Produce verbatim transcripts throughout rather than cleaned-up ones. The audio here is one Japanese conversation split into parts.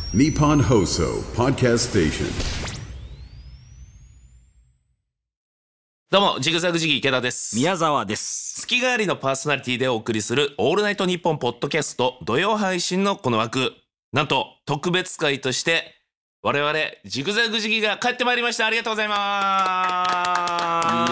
Nippon Hoso Podcast Station。 どうもジグザグジギー池田です。 宮沢です。 月替わりのパーソナリティでお送りするオールナイトニッポンポッドキャスト土曜配信のこの枠、なんと特別会として我々ジグザグジギーが帰ってまいりました。ありがとうございます。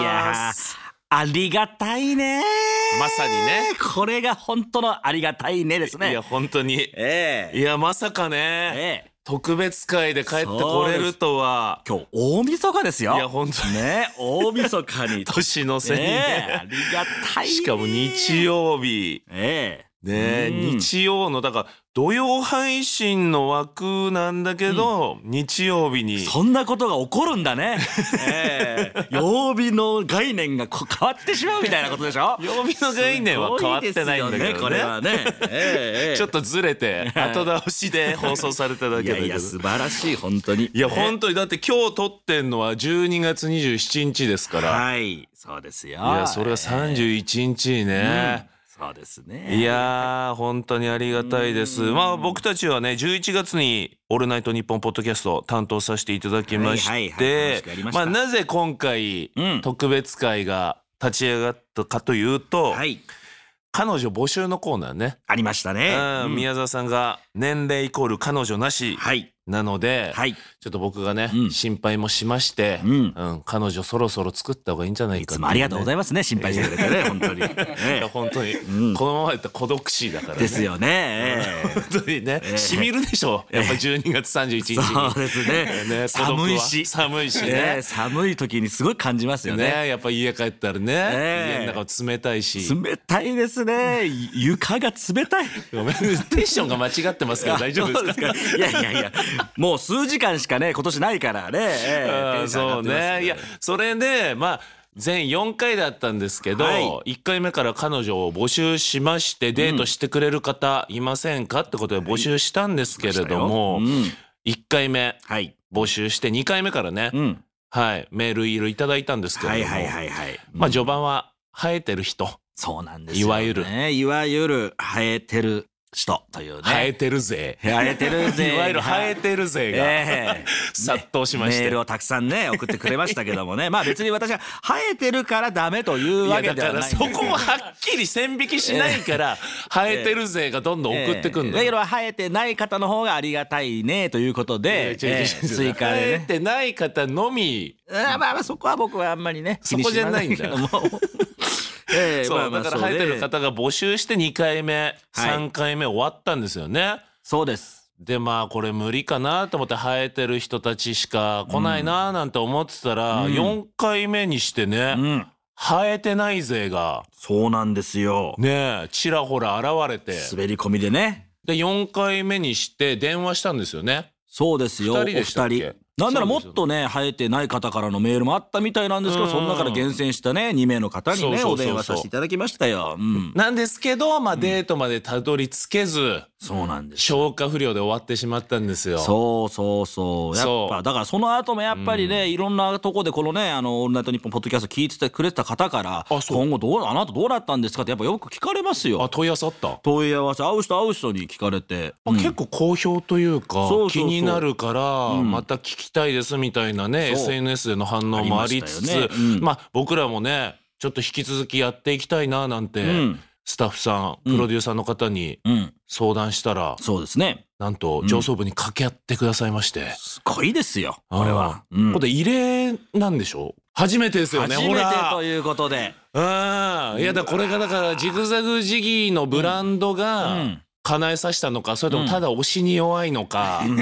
いやーありがたいね。 まさにね、 これが本当のありがたいねですね。 いや本当に、 ええいやまさかね、 ええ特別会で帰ってこれるとは。 今日大晦日ですよ。 いや本当にね、大晦日に年の瀬にね、 ね、ありがたいね。 しかも日曜日ええねえ、 うん、 日曜のだから土曜配信の枠なんだけど、うん、日曜日にそんなことが起こるんだね。ええ曜日の概念がこ変わってしまうみたいなことでしょ。 曜日の概念は変わってないんだけどね、 これはね、ええちょっとずれて後倒しで放送されただけだけど、 いやいや素晴らしい本当に。 いや本当にだって今日撮ってんのはじゅうにがつにじゅうしちにちですから。 はいそうですよ。いいやそれはさんじゅういちにちにね、 うんそうですね。 いやー本当にありがたいです。まあ僕たちはねじゅういちがつにオールナイトニッポンポッドキャスト担当させていただきましてまあなぜ今回、うん、特別会が立ち上がったかというと、はい、彼女募集のコーナーねありましたね、 うん、宮沢さんが年齢イコール彼女なし、はいなので、はい、ちょっと僕がね、うん、心配もしまして、うんうん、彼女そろそろ作った方がいいんじゃないかって、ね、いつもありがとうございますね心配してくれてね本当に、ね、 いや本当に、うん、このままやったら孤独死だからねですよね、えー、 本当にね、えー、しみるでしょやっぱじゅうにがつさんじゅういちにちに、 そうですねね寒いし寒いしね、 えー、寒い時にすごい感じますよねねやっぱ家帰ったらね、えー、家の中冷たいし冷たいですね床が冷たいごめんテンションが間違ってますから大丈夫ですかいやいやいやもう数時間しかね今年ないからね、えー、 そうねいやそれでまあ全よんかいだったんですけど、はい、いっかいめから彼女を募集しましてデートしてくれる方いませんかってことで募集したんですけれども、はいうん、いっかいめ、はい、募集してにかいめからね、うんはい、メールいただいたんですけれども、はいはいはいはい、まあ序盤は生えてる人そうなんですよ、ね、 いわゆるいわゆる生えてる人というね生えてるぜ生えてるぜいわゆる生えてるぜが、えー、殺到しまして、 ね、メールをたくさんね送ってくれましたけどもねまあ別に私は生えてるからダメというわけではないんだけど、 いやだからそこをはっきり線引きしないから、えー、生えてるぜがどんどん送ってくんだよ、 だけど生えてない方の方がありがたいねということで、えー、追加で、ね、 生えてない方のみあまあまあそこは僕はあんまりねそこじゃないんだよえー、そう、まあまあだから生えてる方が募集してにかいめ、はい、さんかいめ終わったんですよね。 そうです。 でまあこれ無理かなと思って生えてる人たちしか来ないななんて思ってたら、うん、よんかいめにしてね、うん、生えてない勢がそうなんですよねちらほら現れて滑り込みでねでよんかいめにして電話したんですよね。 そうですよお二人なんならもっとね生えてない方からのメールもあったみたいなんですけど、その中から厳選したねにめいの方にねお電話させていただきましたよ、うん、 なんですけどまあデートまでたどり着けず、うん、 そうなんです消化不良で終わってしまったんですよ。 そうそうそうやっぱだからその後もやっぱりね、うん、いろんなとこでこのねあのオールナイトニッポンポッドキャスト聞いててくれてた方から今後どうあなたどうなったんですかってやっぱよく聞かれますよ。 あ問い合わせあった問い合わせ会う人会う人に聞かれて、 うん、結構好評というかそうそうそう気になるから、うん、また聞きたいですみたいなね エスエヌエス での反応もありつつ ま,、ねうん、まあ僕らもねちょっと引き続きやっていきたいななんて、うん、スタッフさんプロデューサーの方に相談したら、うん、そうですねなんと上層部に掛け合ってくださいまして、うん、 すごいですよこれは、 うん、これ異例なんでしょ初めてですよね初めてということでうんいやだこれがだからジグザグジギーのブランドが、うんうん叶えさせたのかそれともただ押しに弱いのか、うんうん、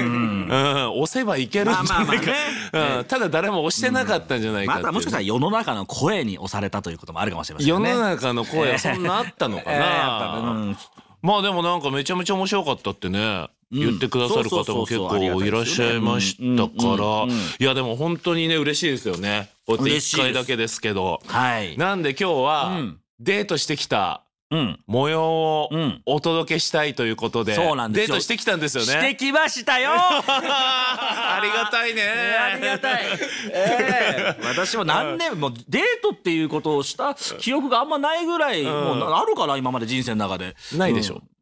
押せばいけるんじゃないか、まあまあねうん、ただ誰も押してなかったんじゃないかっていう、 またもしかしたら世の中の声に押されたということもあるかもしれませんね。 世の中の声はそんなあったのかな、えーうん、まあでもなんかめちゃめちゃ面白かったってね、うん、言ってくださる方も結構いらっしゃいましたからいやでも本当にね嬉しいですよねこうやっていっかいだけですけどはい、なんで今日は、うん、デートしてきたうん、模様をお届けしたいということで、うん、そうなんですよデートしてきたんですよね。 してきましたよありがたいね、 えー、ありがたい、えー、私も何年もデートっていうことをした記憶があんまないぐらい、うん、もうあるかな今まで人生の中でないでしょ、 うん、ん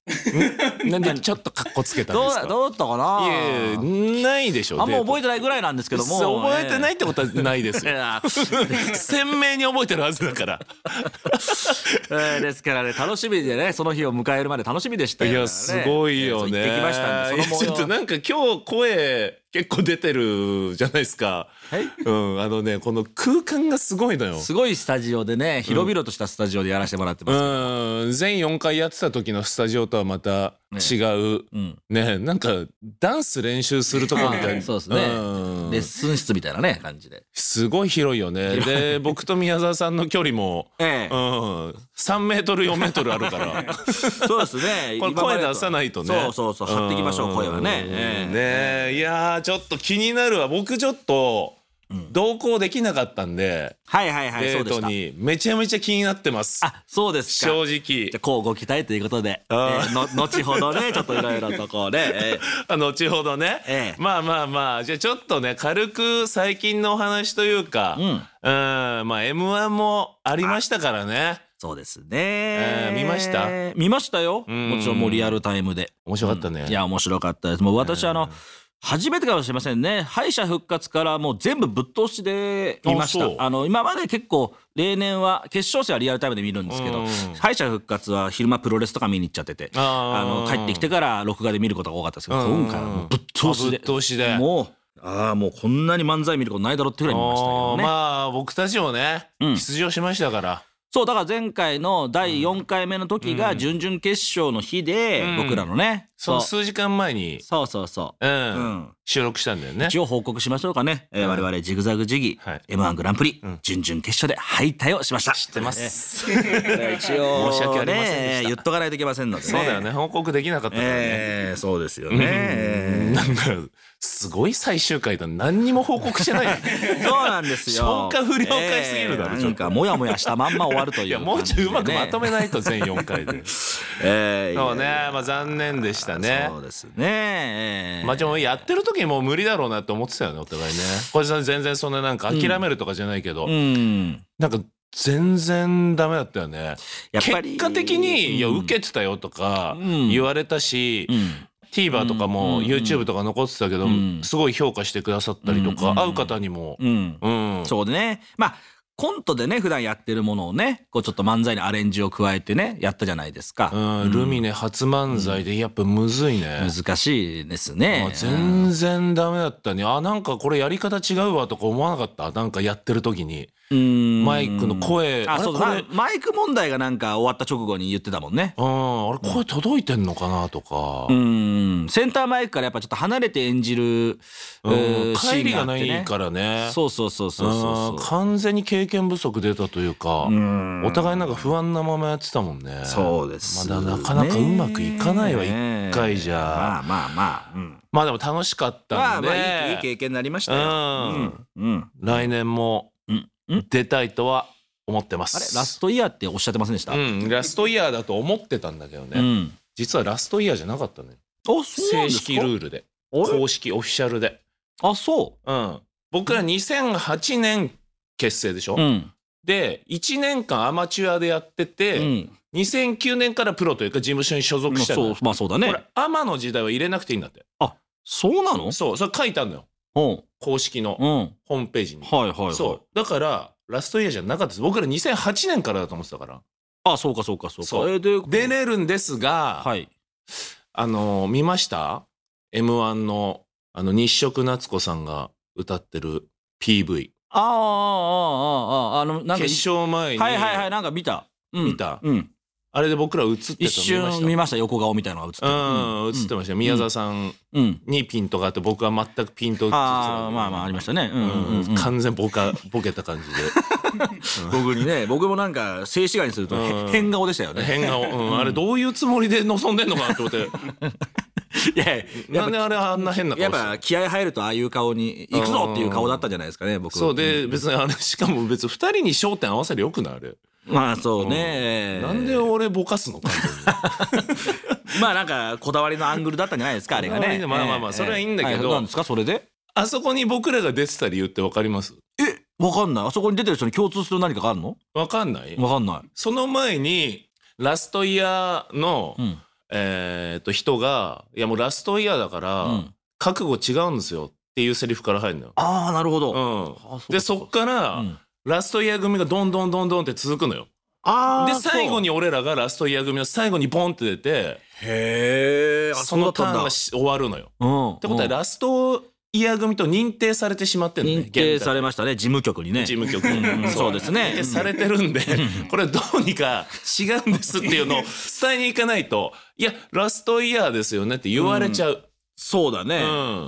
なんでちょっとカッコつけたんどうですか。 どうだったかな。 いやないでしょ。 あんま覚えててないぐらいなんですけども。 そう覚えてないってことはないですよ。 いや鮮明に覚えてるはずだから。 えーですからね、楽しみでね、その日を迎えるまで楽しみでしたよ。 いやすごいよね。 えーそう行ってきましたんで、その模様ちょっとなんか今日声結構出てるじゃないですか。 はい。 うんあのねこの空間がすごいのよ。 すごいスタジオでね、広々としたスタジオでやらせてもらってますけど。 うん全よんかいやってた時のスタジオとはまた違ううん。 ねなんかダンス練習するとこみたいな。 そうですね。 うんレッスン室みたいなね感じで。 すごい広いよね。で僕と宮沢さんの距離も、 ええうん、さんメートルよんメートルあるからそうですね。 これ声出さないとね。 そうそうそう、張っていきましょう、声はね。ええねえいやーちょっと気になるわ。僕ちょっと同行できなかったんで、 はいはいはい、そデーうでした。 トにめちゃめちゃ気になってます。 あ、そうですか。 正直じゃあこうご期待ということで、えあーーの後ほどねちょっといろいろとこうね、えあ後ほどね、 ええまあまあまあじゃあちょっとね軽く最近のお話というか、 うんうんまあ エムワン もありましたからね。 そうですね、 えー見ました見ましたよ。 んもちろんもうリアルタイムで面白かったね。 うんいや面白かったです。もう私、あの初めてかもしれませんね。敗者復活からもう全部ぶっ通しで見ましたあそう。 あの今まで結構例年は決勝戦はリアルタイムで見るんですけど、 うん敗者復活は昼間プロレスとか見に行っちゃってて、 あーあの帰ってきてから録画で見ることが多かったですけど、 うん今回はもうぶっ通しであぶっ通しでもうああもうこんなに漫才見ることないだろうってぐらい見ましたけどね。 まあ僕たちもね、 うん出場しましたからそうだから前回のだいよんかいめの時が準々決勝の日で、 うん僕らのね、 そのそう数時間前に、 そうそうそううんうん収録したんだよね。 一応報告しましょうかね、えー我々ジグザグジギ、 はいエムワン グランプリ、準々決勝で敗退をしました。知知ってます、 一応申し訳ありませんでしたね言っとかないといけませんのでね。 そうだよね報告できなかったからね、 えーそうですよね。 なんかすごい最終回だ。何にも報告してないよねそうなんですよ。 消化不良回すぎるだろちょっとえーなんかモヤモヤしたまんま終わるといういやもうちょい感じでねうまくまとめないと全よんかいでえーそうねまあ残念でしたね。 そうですね。えーまあでもやってる時にもう無理だろうなって思ってたよねお互いね。これさ全然そんななんか諦めるとかじゃないけど、 うんなんか全然ダメだったよね。 やっぱり結果的に、いやうん受けてたよとかうん言われたし、 うん TVer とかもうん YouTube とか残ってたけど、 んすごい評価してくださったりとか、 うん会う方にも、 うんうんそうでね、まあコントでね普段やってるものをねこうちょっと漫才にアレンジを加えてねやったじゃないですか。 うんルミネ初漫才でやっぱむずいね。 難しいですあね。 全然ダメだったね。あなんかこれやり方違うわとか思わなかった。なんかやってる時にうんマイクの声あそうあれこれマイク問題がなんか終わった直後に言ってたもんね。 うんあれ声届いてんのかなとか、 うんセンターマイクからやっぱちょっと離れて演じるうんえーシ帰りがーンがあってねないからね。 そうそうそうそうそううんそう完全に経験不足出たというか、お互いなんか不安なままやってたもんね。 そうですまだなかなかうまくいかないわね一回じゃ。 まあまあまあ、うん、 まあでも楽しかったんで、 まあまあいいいい経験になりましたよ。 うんうん来年もうんうん出たいとは思ってます。 あれラストイヤーっておっしゃってませんでした？ うんラストイヤーだと思ってたんだけどね、 うん実はラストイヤーじゃなかったね。 あそうなん正ですか？ 式ルールであれ公式オフィシャルで、 あそうん、僕らにせんはちねん結成でしょ、 う。うんでいちねんかんアマチュアでやってて、 うんにせんきゅうねんからプロというか事務所に所属したのよ。 そうまあそうだねこれ。アマの時代は入れなくていいんだって。 あそうなの？ そうそれ書いてあるのようん公式のうんホームページに。 はいはいはい。 そうだからラストイヤーじゃなかったです。僕らにせんはちねんからだと思ってたから。 あそうかそうかそうか。 そうえーで出れるんですが、 はい。 あの見ました エムワン のあの日食夏子さんが歌ってる ピーブイあああああああのなんか決勝前に、 はいはいはいなんか見た。うん見たうん。 あれで僕ら映ってたの見ま一瞬した見ました横顔みたいなのが映ってる。 うん、映ってました。宮沢さんうん。 にピントがあって僕は全くピント映ってたああまあまあありましたね。うんうんうんうん。 完全ボカボケた感じで僕にね僕もなんか静止画にするとうんへ変顔でしたよね。 変顔、うん、あれどういうつもりで望んでんのかなって思っていやいやなんであれあんな変なやっ顔してぱ気合入るとああいう顔に行くぞっていう顔だったじゃないですかね僕。 そうで別にあれしかも別にふたりに焦点合わせるよくないあれ、 まあそうね。 なんで俺ぼかすの完全にまあなんかこだわりのアングルだったんじゃないですかあれがね。 こだわりでまあまあまあええそれはいいんだけどはなんですかそれで？ あそこに僕らが出てた理由ってわかります？ えわかんない。あそこに出てる人に共通する何かがあるの？ わかんない？ わかんない。 その前にラストイヤーの、 うんえー、っと人がいやもうラストイヤーだから、うん、覚悟違うんですよっていうセリフから入るのよ。 ああなるほど、 うん、でそっから、うん、ラストイヤー組がどんどんどんどんって続くのよ。 あで最後に俺らがラストイヤー組の最後にボンって出て、 へー、 そのターンが終わるのよ、 うん、 ってことはラストイヤー組と認定されてしまってるのね。 認定されましたね、事務局にね。 事務局にそうですね、 認定されてるんでこれどうにか違うんですっていうのを伝えに行かないと、いやラストイヤーですよねって言われちゃう、うん、 そうだね、 うん、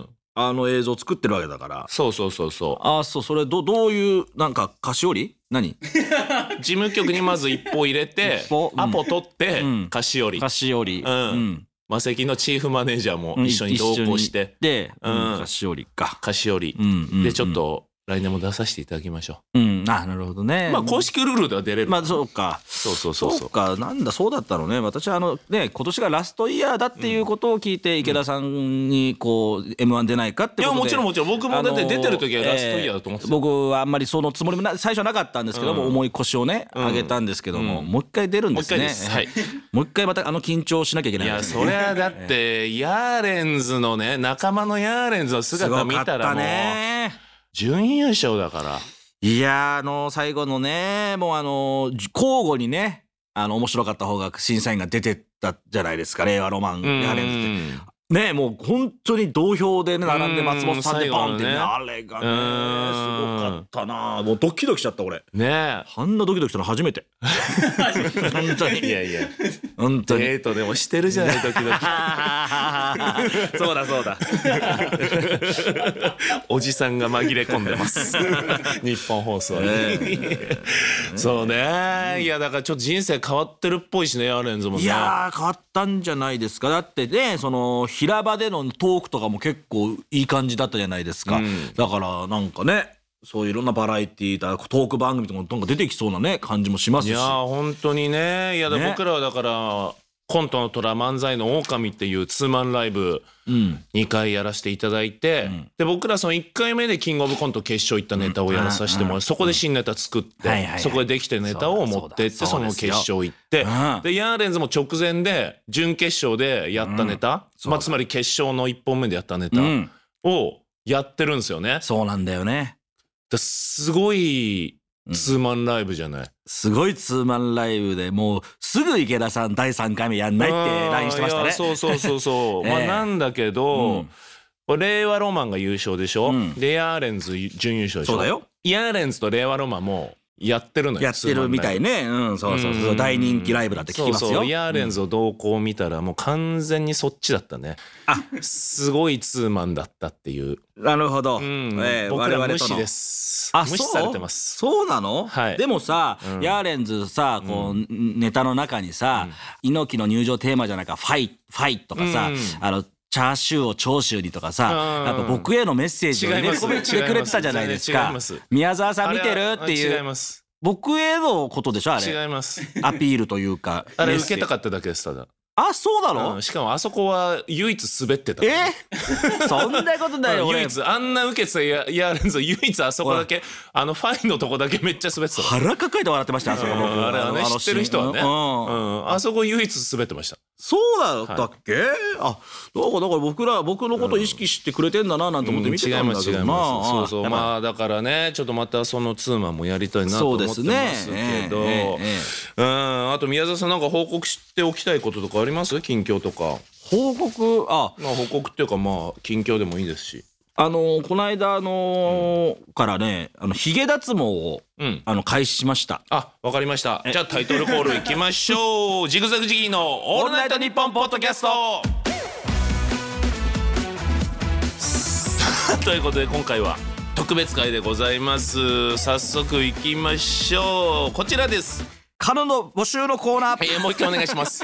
あの映像作ってるわけだから。 そうそうそうそう。 ああそう、それどどういうなんか菓子折り何事務局にまず一歩入れてうん、アポ取って、うん、菓子折り菓子折り、 うんうん、マセキのチーフマネージャーも一緒に同行して、 で、うん、菓子折りか菓子折り、うんうんうん、でちょっと来年も出させていただきましょう。うん、あ、なるほどね。 まあ公式ルールでは出れる。 まあそうか。 そうそうそうそう。 そうか、なんだそうだったのね。私はあのね今年がラストイヤーだっていうことを聞いて、うん、池田さんにこう エムワン 出ないかってことで。 いやもちろんもちろん僕もだって出てる時はラストイヤーだと思ってた、 えー、僕はあんまりそのつもりもな最初はなかったんですけども、うん、重い腰をね上げたんですけども、うん、もう一回出るんですね。もう一回です、はい、もう一回またあの緊張しなきゃいけない、ね。 いやそれはだってヤーレンズのね仲間のヤーレンズの姿見たらもう。ね準優勝だから。 いやあの最後のねもうあの交互にねあの面白かった方が審査員が出てったじゃないですか、令和ロマンヤーレンズって。ねもう本当に同票で、ね、並んで松本さんでバンってね、あれがねすごかったな。もうドキドキしちゃった俺ね。あんなドキドキしたの初めて本当に。 いやいや本当にデートでもしてるじゃないドキドキそうだそうだおじさんが紛れ込んでます日本放送に、ね、そうね。いやだからちょっと人生変わってるっぽいしねヤーレンズもね。 いや変わったんじゃないですか。だってねその平場でのトークとかも結構いい感じだったじゃないですか、うん、だからなんかねそういういろんなバラエティーだトーク番組とかなんか出てきそうなね感じもしますし。 いや本当にね。いやだ、ね、僕らはだからコントの虎漫才の狼っていうツーマンライブにかいやらせていただいて、うん、で僕らそのいっかいめでキングオブコント決勝行ったネタをやらさせてもらって、うん、そこで新ネタ作って、うん、そこでできてネタを持ってって そ, その決勝行って、うん、でヤーレンズも直前で準決勝でやったネタ、うんまあ、つまり決勝のいっぽんめでやったネタをやってるんですよね。 そうなんだよね。 すごいツーマンライブじゃない、うん、 すごいツーマンライブでもうすぐ池田さんだいさんかいめやんないって ライン してましたね。 そうそうそうそう、えー、まあなんだけど、うん、令和ロマンが優勝でしょ、うん、でヤーレンズ準優勝でしょ。 そうだよ。 ヤーレンズと令和ロマンもやってるのよ。 やってるみたいね。うんそうそうそう、大人気ライブだって聞きますよ。 そうそうヤーレンズを動向を見たらもう完全にそっちだったね。あすごいツーマンだったっていう。 なるほど、 うんえー、僕ら無視です。あ無視されてます。 そうなの、はい、でもさ、うん、ヤーレンズさこう、うん、ネタの中にさ、うん、猪木の入場テーマじゃないかファイファイとかさ、うん、あのチャーシューを長州にとかさ、やっぱ僕へのメッセージを入れ込めてくれてたじゃないですか。宮沢さん見てるっていう。 違います。 僕へのことでしょあれ。 違います。 アピールというか。 あれ受けたかっただけです。ただ。 あそうなの、 うん、しかもあそこは唯一滑ってた。 えそんなことだよ。 唯一あんな受けてたヤーレンズ唯一あそこだけあのファイのとこだけめっちゃ滑ってた。 腹抱えて笑ってましたあそこの、 うん、あれはね知ってる人はね、うんうん、あそこ唯一滑ってました。 そうだったっけ、はい、あだからだから僕ら僕のこと意識してくれてんだななんて思って見てたんだけどな、うん、違います違います。そうそうまあだからねちょっとまたそのツーマンもやりたいなと思ってますけど、そうですね、えーえーえー、うんあと宮沢さんなんか報告しておきたいこととかあります？近況とか。 報告あ、 まあ、報告っていうかまあ近況でもいいですし、 あのー、この間あのーうん、からねあのヒゲ脱毛を、うん、あの開始しました。 あわかりました。じゃあタイトルコールいきましょうジグザグジギーのオールナイトニッポンポッドキャストさあということで今回は特別会でございます。早速いきましょう。こちらです。 カノの募集のコーナー。 はいもう一回お願いします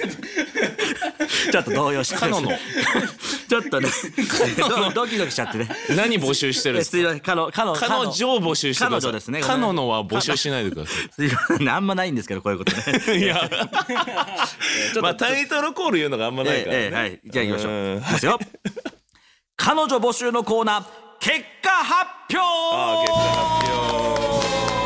ちょっと動揺してカノのちょっとねドキドキしちゃってね。 何募集してるんですか？ カノカノ彼女を募集してください。彼女ですね。カノのは募集しないでください。あんまないんですけどこういうことね。いやまあタイトルコール言うのがあんまないからね、えーえー、はいじゃあ行きましょう。いきますよ彼女募集のコーナー結果発表。 あ結果発表と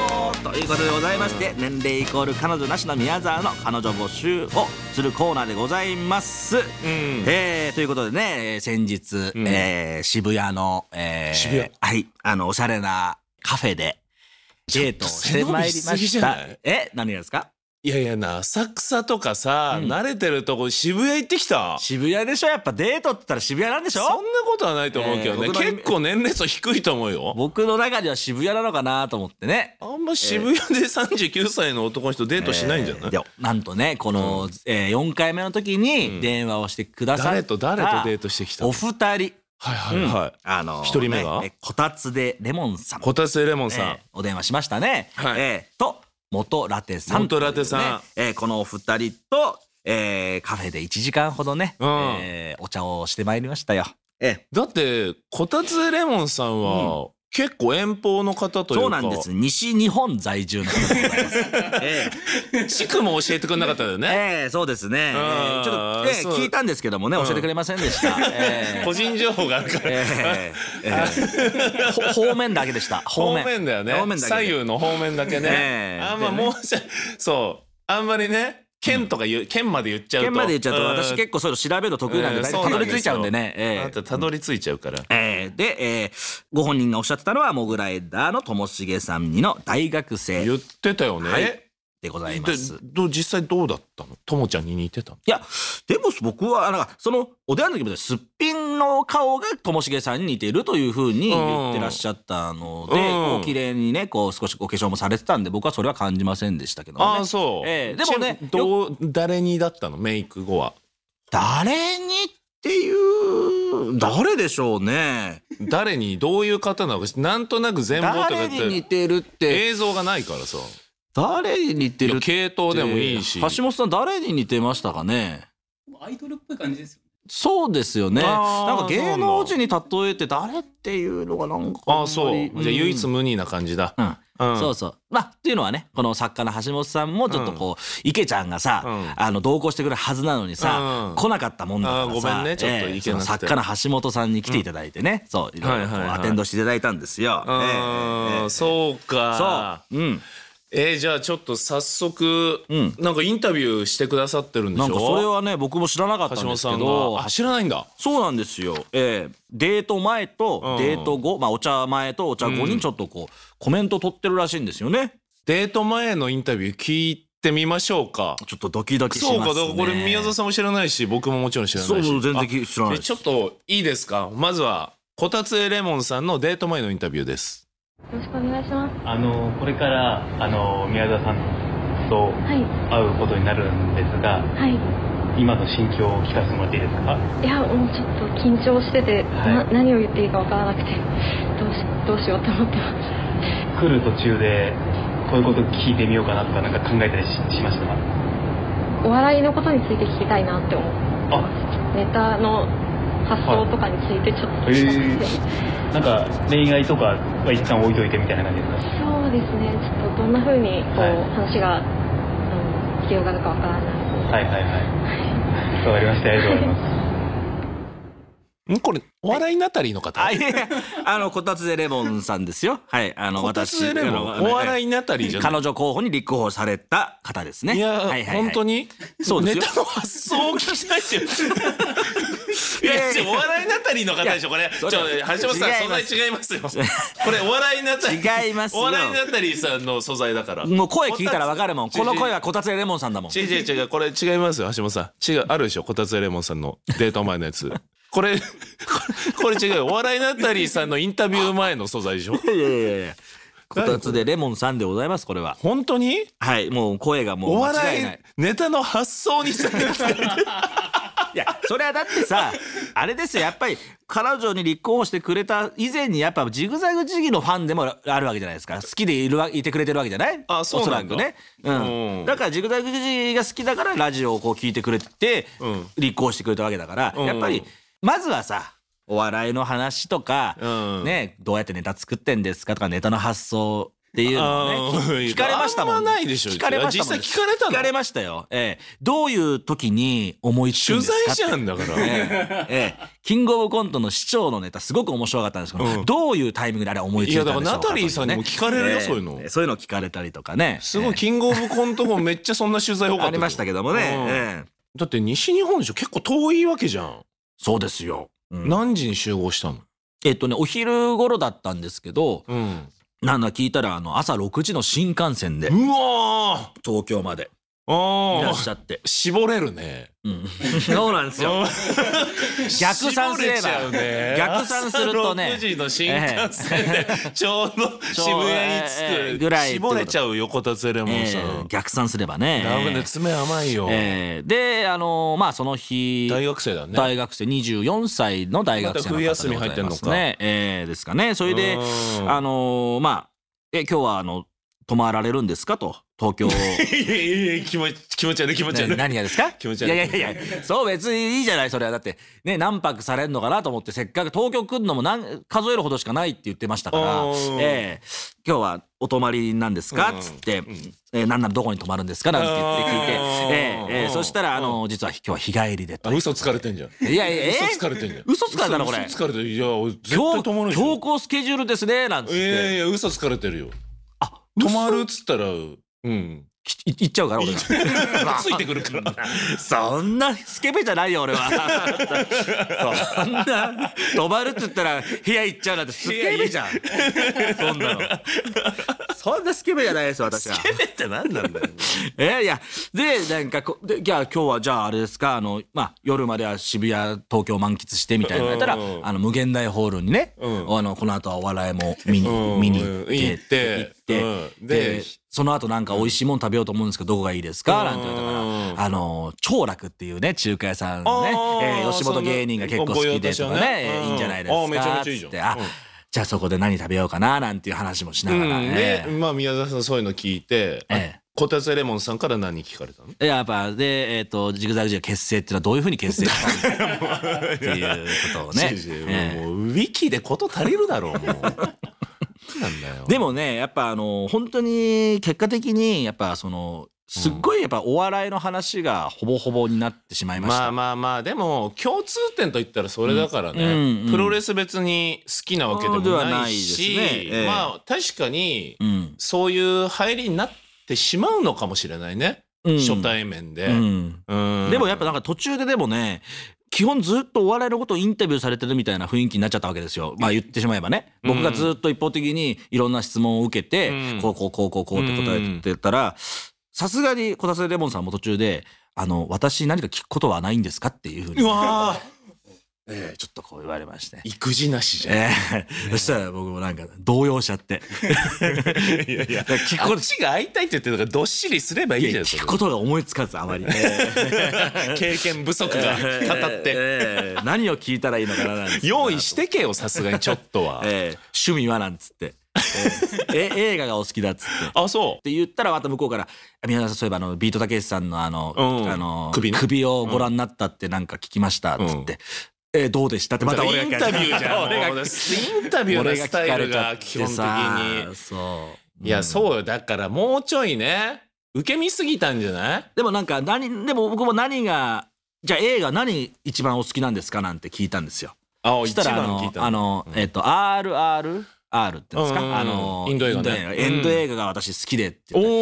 ということでございまして、年齢イコール彼女なしの宮沢の彼女募集をするコーナーでございます、うんえー、ということでね先日、うんえー、渋谷の、えー、 渋谷はいあのおしゃれなカフェでデートをしてまいりました。え何がですか？ いやいやな浅草とかさ、うん、慣れてるとこ渋谷行ってきた。 渋谷でしょやっぱデートって言ったら渋谷なんでしょ。 そんなことはないと思うけどね、えー、結構年齢層低いと思うよ。 僕の中では渋谷なのかなと思ってね。 あんま渋谷でさんじゅうきゅうさいの男の人デートしないんじゃない、 えー、なんとねこの、うんえー、よんかいめの時に電話をしてくださった、 誰と誰とデートしてきたの？ お二人はいはいはい、うん、 あのー、 一人目が、 ね、こたつでレモンさんこたつでレモンさん、えー、 お電話しましたね、 はいえー、と元ラテさん、 元ラテさん、ねえー、このお二人と、えー、カフェでいちじかんほどね、うんえー、お茶をしてまいりましたよ。 えー、だってこたつでレモンさんは、うん結構遠方の方というか。 そうなんです。西日本在住の方でございます。ええ、地区も教えてくれなかったよね。 ええ、そうですね。えー、ちょっと、えー、聞いたんですけどもね、教えてくれませんでした。えー、 個人情報があるから。えーえー、方面だけでした。方面。 方面だよね。 方面だけ左右の方面だけね。 えー、 あんまもうそうあんまりね。県とか言う、県まで言っちゃうと。 県まで言っちゃうと、私結構そういうの調べるの得意なんで、大体たどり着いちゃうんでね。 えー、あなたたどり着いちゃうから。 えー、で、えー、ご本人がおっしゃってたのは、モグライダーのともしげさんにの大学生。 言ってたよね。 はいでございます。 で実際どうだったの？ともちゃんに似てたの？ いやでも僕はなんかそのお電話の時もすっぴんの顔がともしげさんに似ているというふうに言ってらっしゃったので、うん、こう綺麗にねこう少しお化粧もされてたんで僕はそれは感じませんでしたけどね。 ああそう、 えー、でもねどう誰にだったのメイク後は？ 誰にっていう誰でしょうね。 誰にどういう方なのかなんとなく全貌とかって誰に似てるって映像がないからさ。 誰に似てるって系統でもいいし。 橋本さん誰に似てましたかね？ アイドルっぽい感じですよね。 そうですよね。なんか芸能人に例えて誰っていうのがなんかああそう、うん、じゃあ唯一無二な感じだ、 うんうん、そうそうまあっていうのはねこの作家の橋本さんもちょっとこう、うん、池ちゃんがさ、うん、あの同行してくれるはずなのにさ、うん、来なかったもんだからさごめんねちょっといけなくて、 えー、作家の橋本さんに来ていただいてね、うん、そういろいろこうアテンドしていただいたんですよ。 えーえー、そうかそううんえー、じゃあちょっと早速、うん、なんかインタビューしてくださってるんでしょ？ なんかそれはね僕も知らなかったんですけど。 あ知らないんだ。 そうなんですよ、えー、デート前とデート後、うん、まあお茶前とお茶後にちょっとこう、うん、コメント取ってるらしいんですよね。 デート前のインタビュー聞いてみましょうか。 ちょっとドキドキしますね。 そうかだからこれ宮沢さんも知らないし僕ももちろん知らないし。 そう全然知らないです。 ちょっといいですか。まずはこたつえレモンさんのデート前のインタビューです。 よろしくお願いします。 あのこれからあの宮沢さんと会うことになるんですが、はい、今の心境を聞かせてもらっていいですか？ いやもうちょっと緊張してて、はい、な何を言っていいかわからなくてどうしどうしようと思ってます。 来る途中でこういうこと聞いてみようかなとかなんか考えたり し, しましたか？ お笑いのことについて聞きたいなって思ってます。ネタの発想とかについてちょっと聞きたくて、 はい、なんか恋愛とかは一旦置いといてみたいな感じですか？ そうですねちょっとどんな風にこう、はい、話が、うん、広がるかわからないので。 はいはいはいわかりましたありがとうございますんこれお笑いナタリーの方、 はい、あのこたつでレモンさんですよ。はいあのこたつでレモンお笑いナタリーじゃない。 彼女候補に立候補された方ですね。 いや、 はいはいはい、 本当にそうですよ。 ネタの発想を聞きたいっていやいやお笑いナタリーの方でしょこれ。ちょ橋本さん素材違いますよこれお笑いナタリー違いますよ。 お笑いナタリーさんの素材だから。 もう声聞いたら分かるもん。この声はこたつでレモンさんだもん。 違う違う違うこれ違いますよ橋本さん。違うあるでしょこたつでレモンさんのデート前のやつこれこれ違うお笑いナタリーさんのインタビュー前の素材でしょ。いやいやいやこたつでレモンさんでございますこれは。 本当に？ はいもう声がもう間違いない。 お笑いネタの発想にしてるいやそれはだってさあれですよやっぱり彼女に立候補してくれた以前にやっぱジグザグジギーのファンでもあるわけじゃないですか。好きでいるわいてくれてるわけじゃない？ あそうなんだ。おそらくね、 うん、うん、だからジグザグジギーが好きだからラジオをこう聞いてくれて、うん、立候補してくれたわけだから、うん、やっぱりまずはさお笑いの話とか、うん、ねどうやってネタ作ってんですかとかネタの発想っていうのをね聞かれましたもん。 あんまないでしょ。 聞かれましたもん。 実際聞かれたの？ 聞かれましたよ。ええ、どういう時に思いつくんですかって。 取材じゃんだから。 ええええ、キングオブコントの市長のネタすごく面白かったんですけど、うん、どういうタイミングであれ思いついたんでしょうか。いやだからナタリーさんにも聞かれるよ、 ええ、 そういうの。 そういうの聞かれたりとかね。 すごい、キングオブコントもめっちゃそんな取材多かった。 ありましたけどもね。うん、ええ、 だって西日本でしょ、結構遠いわけじゃん。 そうですよ。 うん、何時に集合したの？ えっとねお昼頃だったんですけど。 うん、 なんだ聞いたらあの朝ろくじの新幹線でうわ東京までいらっしゃって、 絞れるね。 うん、そうなんですよ。逆算すれば、ね、逆算するとね、 ろくじの新幹線でちょうど渋谷に着くぐらい絞れちゃうよ、こたつレモンさん、えー、 逆算すればね。 ダメね、爪甘いよ。 えー、であのー、まあその日大学生だね。 大学生にじゅうよんさいの大学生の方でございますね。 また冬休み入ってんのか、 えー、ですかね。それであのー、まあえ今日はあの泊まられるんですかと。東京。いやいやいや、気持ち気持ち悪い気持ち悪い。 何がですか？ 気持ち悪い。 いやいやいや、そう別にいいじゃないそれは。だってね何泊されるのかなと思って、せっかく東京来るのも何数えるほどしかないって言ってましたから、えー、今日はお泊まりなんですかっつって、えー、なんならどこに泊まるんですかなんて言って聞いて、えーえー、そしたらあの実は今日は日帰りでと。 嘘つかれてんじゃん。 いやいや、えー、 嘘つかれてんじゃん。 嘘つかれたのこれ。 嘘つかれてる。いや絶対泊まるでしょ。 強行スケジュールですねなんつって。 いやいや嘘つかれてるよ。あ、泊まるっつったらうん行っちゃうから俺がついてくるからそんなスケベじゃないよ俺はそんな泊まるって言ったら部屋行っちゃうなんてスケベじゃんそんなのそんなスケベじゃないですよ私は。 スケベって何なんだよえいやでなんかこでじゃあ今日はじゃああれですかあの、まあ、夜までは渋谷東京満喫してみたいなのやったらあの無限大ホールにね、うん、あのこの後はお笑いも見に、うん、見に行って行って行って、うん、で, でその後なんか美味しいもの食べようと思うんですけどどこがいいですかなんて言われたからあの長楽っていうね中華屋さんね、えー、吉本芸人が結構好きでとかね、いいんじゃないですか。あめちゃめちゃいいじゃん。あ、うん、じゃあそこで何食べようかななんていう話もしながら、ね、うん、 でまあ宮沢さんそういうの聞いて、ええ、こたつレモンさんから何聞かれたの？ やっぱで、えー、とジグザグジグ結成っていうのはどういうふうに結成したのっていうことをねもうウィキでこと足りるだろうもうなんだよ。 でもねやっぱあの本当に結果的にやっぱそのすっごいやっぱお笑いの話がほぼほぼになってしまいました。 まあまあまあでも共通点といったらそれだからね、うんうんうん、プロレス別に好きなわけでもないし、ないですね、えー、まあ確かにそういう入りになってしまうのかもしれないね、うん、初対面で、うんうん、でもやっぱなんか途中ででもね基本ずっとお笑いのことをインタビューされてるみたいな雰囲気になっちゃったわけですよ。まあ言ってしまえばね、僕がずっと一方的にいろんな質問を受けて、うん、こうこうこうこうこうって答えてたら、さすがにこたつレモンさんも途中であの私何か聞くことはないんですかっていうふうに、うわえー、ちょっとこう言われまして、 育児なしじゃん、えー、そしたら僕もなんか動揺しちゃっていやいや聞くことあっちが会いたいって言ってるからどっしりすればいいじゃん。 聞くことが思いつかずあまり、 えー、経験不足が語って、 えー、何を聞いたらいいのかななんて用意してけよさすがにちょっとは、 えー、趣味はなんつってえー、映画がお好きだっつってあそうって言ったらまた向こうから宮沢さんそういえばあのビートたけしさんのあの、うん、あの 首, 首をご覧になったってなんか聞きましたっつって、うんえー、どうでしたってまた俺がインタビューじゃん俺がインタビューのスタイルが基本的にそう、 いやそうよだからもうちょいね受け身すぎたんじゃない？ でもなんか何でも僕も何がじゃあ映画何一番お好きなんですかなんて聞いたんですよ。 あそしたらあのあの、うん、えっ、ー、と アールアールR って言うんですか、うんうん、あのインド映画ねエンド映画が私好きでって言って、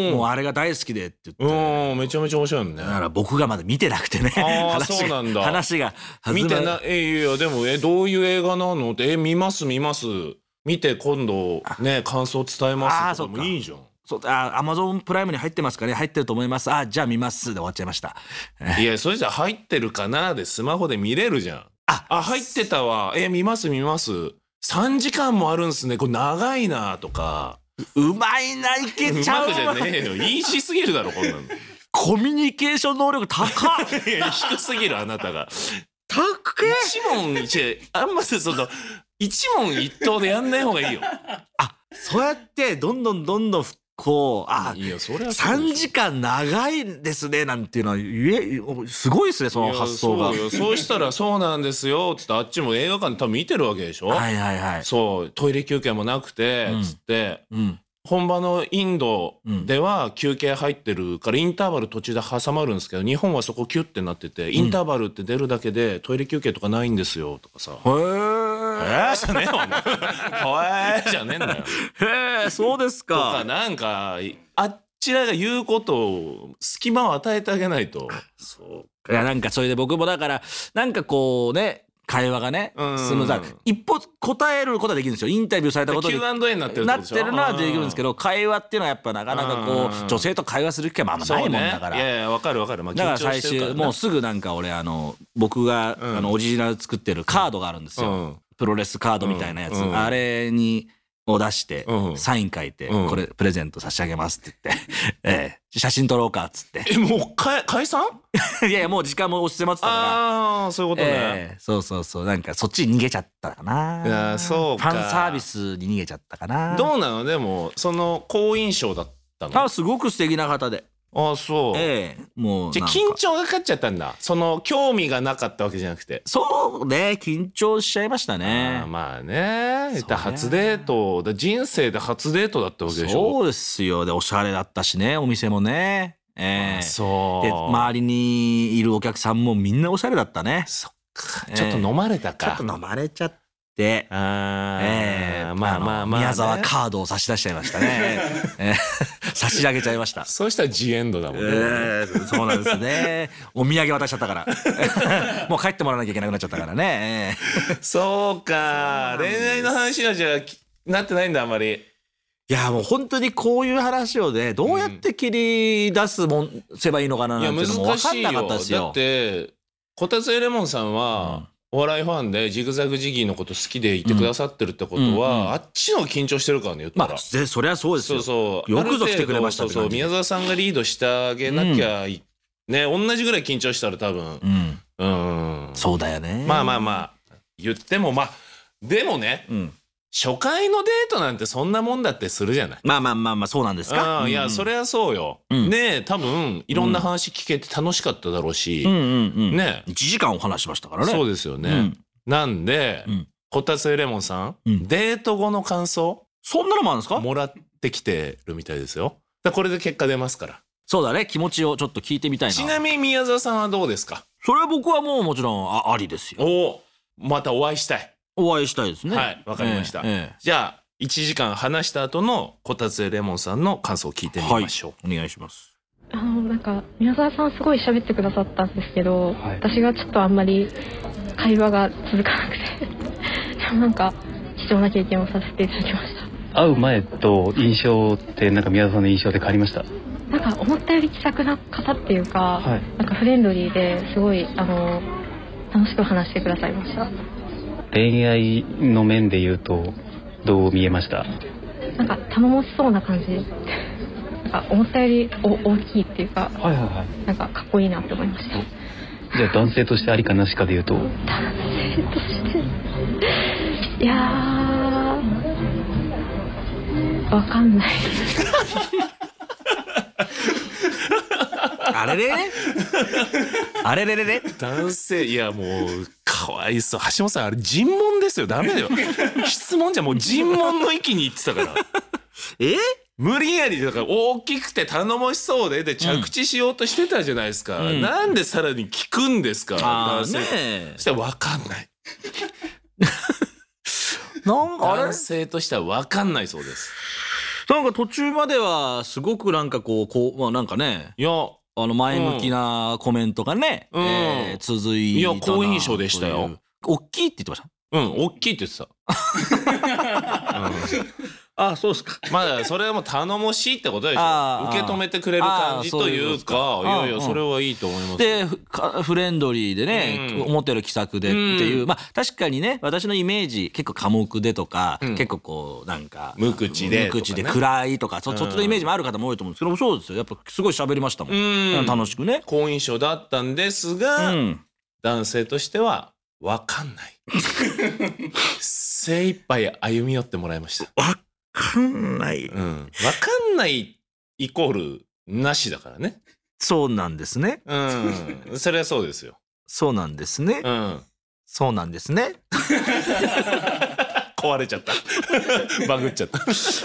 うん、もうあれが大好きでって言っておめちゃめちゃ面白いもんね。 だから僕がまだ見てなくてね話そうなんだ話が見てなえいやでもえどういう映画なのってえ見ます見ます見て今度ね感想伝えますとかもいいじゃん。 そうあアマゾンプライムに入ってますかね入ってると思いますあじゃあ見ますで終わっちゃいましたいやそれじゃ入ってるかなでスマホで見れるじゃん。ああ入ってたわえ見ます見ますさんじかんもあるんすねこれ長いなとかうまいないけちゃううまくじゃねえよ言いしすぎるだろこんなのコミュニケーション能力高っいや低すぎるあなたが高え一問一あんまりその一問一答でやんない方がいいよあそうやってどんどんどんどんこうあいやそれはさんじかん長いですねなんていうのは言えすごいですねその発想が。 そうよそうしたらそうなんですよつってあっちも映画館で多分見てるわけでしょ。 はいはいはいそうトイレ休憩もなくて、うん、つって、うん、 本場のインドでは休憩入ってるからインターバル途中で挟まるんですけど、日本はそこキュッてなってて、インターバルって出るだけでトイレ休憩とかないんですよとかさ。へーえじゃねえわへえじゃねえんだよ。 へえそうですか。 とかなんかあっちらが言うことを隙間を与えてあげないと。 そういやなんかそれで僕もだからなんかこうね会話がねスムーズ、一歩答えることはできるんですよ。インタビューされたことにキューアンドエー になってるってなことでしょ。 ってるのはできるんですけど、会話っていうのはやっぱなかなかこう女性と会話する機会もあんまないもんだから、 ね、いやいやわかるわかる、まあ、 だから最終もうすぐなんか俺あの僕が、うん、あのオリジナル作ってるカードがあるんですよ、うん、プロレスカードみたいなやつ、うん、あれにを出して、うん、サイン書いて、うん、これプレゼント差し上げますって言って、えー、写真撮ろうかっつって。 えもうか解散いやいやもう時間も押し迫ってたから。 ああそういうことね、 えー、そうそうそうなんかそっちに逃げちゃったかな。 いやそうかファンサービスに逃げちゃったかな。 どうなのでもその好印象だったの。 あすごく素敵な方で。 ああそう。 ええもうじゃあ緊張がかかっちゃったんだ。その興味がなかったわけじゃなくて。 そうね緊張しちゃいましたね。 あまあね言った初デートだ、人生で初デートだったわけでしょ。 そうですよ。でおしゃれだったしねお店もね。ええそうで周りにいるお客さんもみんなおしゃれだったね。 そっか、えー、ちょっと飲まれたか。 ちょっと飲まれちゃって。あえー、まあまあまあ、ね、宮沢カードを差し出しちゃいましたね、えー、差し上げちゃいました。 そうしたらジエンドだもんね、 えー、そうなんですね。お土産渡しちゃったからもう帰ってもらわなきゃいけなくなっちゃったからね、 えー、そうか恋愛の話はじゃあなってないんだあんまり。 いやもう本当にこういう話をねどうやって切り出すもんせばいいのかななんていうのも分かんなかったですよ。 だってこたつえレモンさんは、うんお笑いファンでジグザグジギーのこと好きでいてくださってるってことは、うんうんうん、あっちの緊張してるからね言ったら、まあ、 そりゃそうですよ。そうそうよくぞ来てくれましたって感じ。 そうそう宮沢さんがリードしてあげなきゃ、うん、ね同じぐらい緊張したら多分、 うんうん、そうだよね。 まあまあまあ言ってもまあでもね、うん初回のデートなんてそんなもんだってするじゃない。 まあまあまあまあそうなんですか。 あ、うん、いやそれはそうよ、うん、ね多分いろんな話聞けて楽しかっただろうし、うんうんうん、ねいちじかんお話しましたからね。 そうですよね、うん、なんで、うん、こたつえレモンさん、うん、デート後の感想そんなのもあるんですか。 もらってきてるみたいですよ。だこれで結果出ますから。 そうだね気持ちをちょっと聞いてみたいな。 ちなみに宮沢さんはどうですか。 それは僕はもうもちろん あ, ありですよ。 おまたお会いしたい。 お会いしたいですね。 はいわかりました、 えーえー、 じゃあいちじかん話した後のこたつえレモンさんの感想を聞いてみましょう、 はい、お願いします。 あのなんか宮沢さんすごい喋ってくださったんですけど、はい、私がちょっとあんまり会話が続かなくてでもなんか貴重な経験をさせていただきました。 会う前と印象ってなんか宮沢さんの印象で変わりました。 なんか思ったより気さくな方っていうか、はい、なんかフレンドリーですごいあの楽しく話してくださいました。 恋愛の面で言うとどう見えました。 なんか頼もしそうな感じなんか思ったよりお大きいっていうか、はいはいはい、なんかかっこいいなって思いました。 じゃあ男性としてありかなしかで言うと。男性としていやーわかんないあれれあれれれれ男性いやもうかわいそう。橋本さんあれ尋問ですよ。ダメだよ質問じゃもう尋問の域に行ってたからえ無理やりだから大きくて頼もしそうでで着地しようとしてたじゃないですか、うん、なんでさらに聞くんですか、うん、男性、ね、そしたら分かんないなんか男性としては分かんないそうです。 なんか途中まではすごくなんかこうこう、まあ、なんかねいやあの前向きなコメントがね、うんえー、続いたな。いや好印象でしたよ。 大きいって言ってました。 うん大きいって言ってた、うんあそうですか。 まだそれはもう頼もしいってことでしょ。受け止めてくれる感じというか、いやいやそれはいいと思います。 でフレンドリーでね、うん、思ったより気さくでっていう、うん、まあ確かにね私のイメージ結構寡黙でとか、うん、結構こうなんか無口で無口で暗いとか そ, そっちのイメージもある方も多いと思うんですけど、そうですよやっぱすごい喋りましたもん、うん、楽しくね好印象だったんですが、うん、男性としては分かんない精一杯歩み寄ってもらいました。 分かんない、 うん、分かんないイコールなしだからね。 そうなんですね。 うんそれはそうですよ。 そうなんですね。 うんそうなんですね壊れちゃったバグっちゃった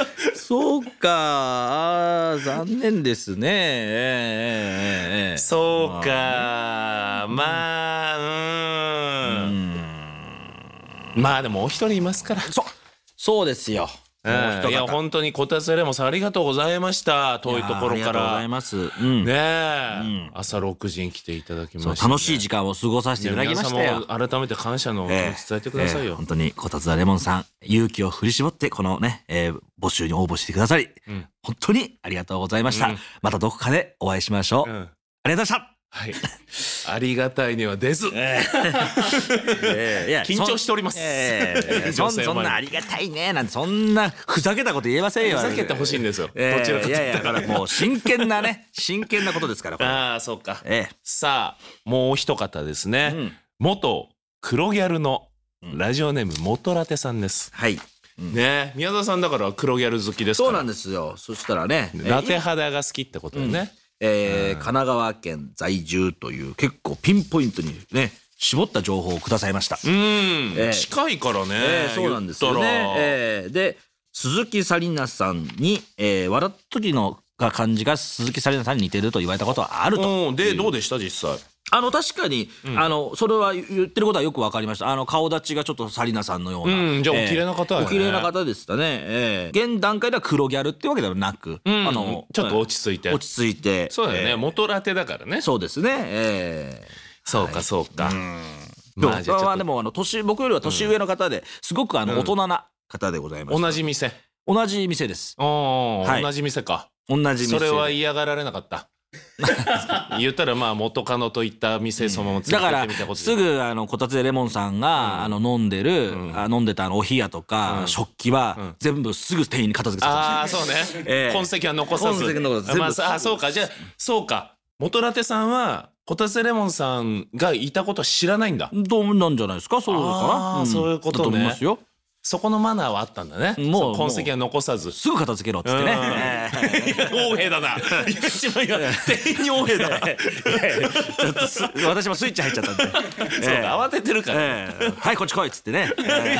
そうか、あ残念ですね。えーえーえー、 そうか、まあ、うーん。まあでももう一人いますから。 そう、そうですよ。 もう一方。いや本当にこたつレモンさんありがとうございました。遠いところから。ありがとうございます。うん、 ねえ、うん、朝ろくじに来ていただきました、ね。 楽しい時間を過ごさせていただきましたよ。 皆様も改めて感謝の伝えてくださいよ。 えーえー、本当にこたつレモンさん勇気を振り絞ってこのね、えー、募集に応募してくださり、うん、本当にありがとうございました。うん、またどこかでお会いしましょう。うん、ありがとうございました。 はい、ありがたいには出ず、えー、いや緊張しております、 えー、そ, そんなありがたいねなんてそんなふざけたこと言えませんよ。 ふざけてほしいんですよ、 えー、 どちらかと言ったら。 いやいやもう真剣なね真剣なことですから。 ああそうか、えー、さあもう一方ですね、うん、元黒ギャルのラジオネーム元ラテさんです。 はい、 うん、ね宮沢さんだから黒ギャル好きですから。 そうなんですよ。そしたらねラテ肌が好きってことでね、うんえー、神奈川県在住という結構ピンポイントにね絞った情報をくださいました。 うん、えー、近いからね、 えー、そうなんですよね、えー、で鈴木紗理奈さんに、えー、笑った時の感じが鈴木紗理奈さんに似てると言われたことはあると。 でどうでした実際。 あの確かに、うん、あのそれは言ってることはよく分かりました。あの顔立ちがちょっと紗理奈さんのような、 うん、じゃあお綺麗な方やね、 お綺麗な方でしたね、えー、現段階では黒ギャルってわけではなく、 うん、あのちょっと落ち着いて落ち着いてそうだよね、えー、元ラテだからね。 そうですね、えー、 そうかそうか、はい、うんまあ、じゃあまあでもあの年僕よりは年上の方ですごくあの大人な方でございます、 うん、同じ店同じ店です。 お、はい、同じ店か。 同じ店。 それは嫌がられなかった言ったらまあ元カノといった店そのまま続けてみたこと、うん、だからすぐあのこたつでレモンさんが、うん、あの飲んでる、うん、あ飲んでたあのお冷やとか、うん、食器は、うん、全部すぐ店員に片付けてた。 ああそうね、えー、痕跡は残さず。 痕跡残さず、 まあ、あそうかじゃあそうか元ラテさんはこたつレモンさんがいたことは知らないんだ。 どうなんじゃないですか。そうかな、 あ、うん、そういうことね。だと思いますよ。そこのマナーはあったんだね。もう痕跡は残さずすぐ片付けろっつってね。 横柄だな。一番今店員に横柄だ。 ちょっとす私もスイッチ入っちゃったんで。そうか慌ててるから。 はいこっち来いっつってね。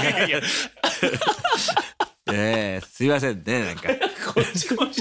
ええすいませんねなんか。 こっち来い。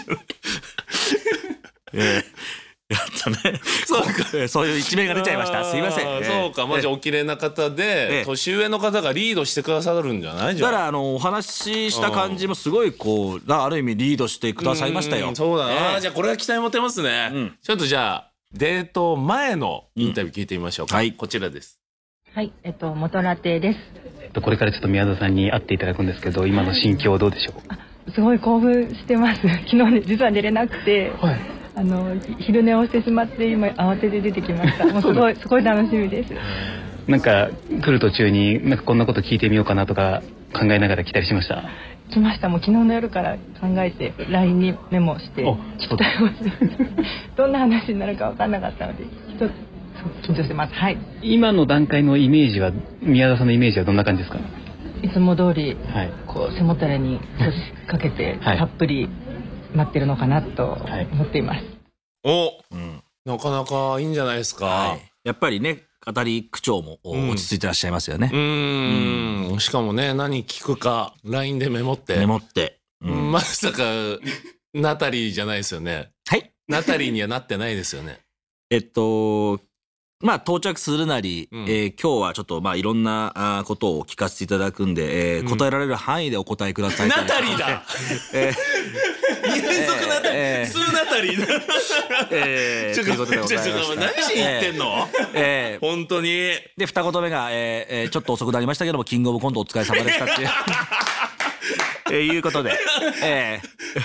ええやったね。そうか、そういう一面が出ちゃいました。すいません。 そうか、まじお綺麗な方で年上の方がリードしてくださるんじゃない。 だからあのお話しした感じもすごいこうある意味リードしてくださいましたよ。 そうだな。じゃあこれは期待持てますね。ちょっとじゃあデート前のインタビュー聞いてみましょうか。はい、こちらです。 はい、えっと元ラテです。 これからちょっと宮田さんに会っていただくんですけど、今の心境はどうでしょう。 すごい興奮してます。昨日ね実は寝れなくて。はい。あの昼寝をしてしまって今慌てて出てきました。もうすごいすごい楽しみです。 なんか来る途中になんかこんなこと聞いてみようかなとか考えながら来たりしました。 来ました。もう昨日の夜から考えて ライン にメモして聞きたいどんな話になるか分からなかったのでちょっと緊張してます。はい。 今の段階のイメージは宮田さんのイメージはどんな感じですか。 いつも通り、はい、こう背もたれに腰かけてたっぷり、はい待ってるのかなと思っています。 はい、お、うん、なかなかいいんじゃないですか。はい、 やっぱりね語り口調も落ち着いてらっしゃいますよね。 うん、うんうんしかもね何聞くか ライン でメモってメモって、 うん、まさかナタリーじゃないですよね。 はいナタリーにはなってないですよね。 えっとまあ到着するなり、うんえー、今日はちょっとまあいろんなことを聞かせていただくんで、えーうん、答えられる範囲でお答えください。 ナタリーだ。えー二連続ナタリー、えー、数ナタリーだ。えー、ちょっと何しに行ってんの？えー、本当に。 で二言目が、えーえー、ちょっと遅くなりましたけどもキングオブコントお疲れ様でしたっていう、えー、いうことで、え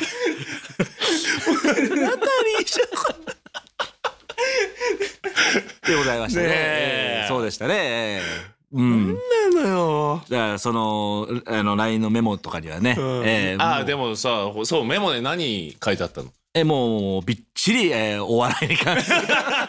ー、ナタリーじゃん。でございましたね。えー、そうでしたね。 うん、なんなのよ。 だからそのあの ライン のメモとかにはね、うんえー、あでもさそうメモで何書いてあったの。 えもうびっちり、えー、お笑いに関する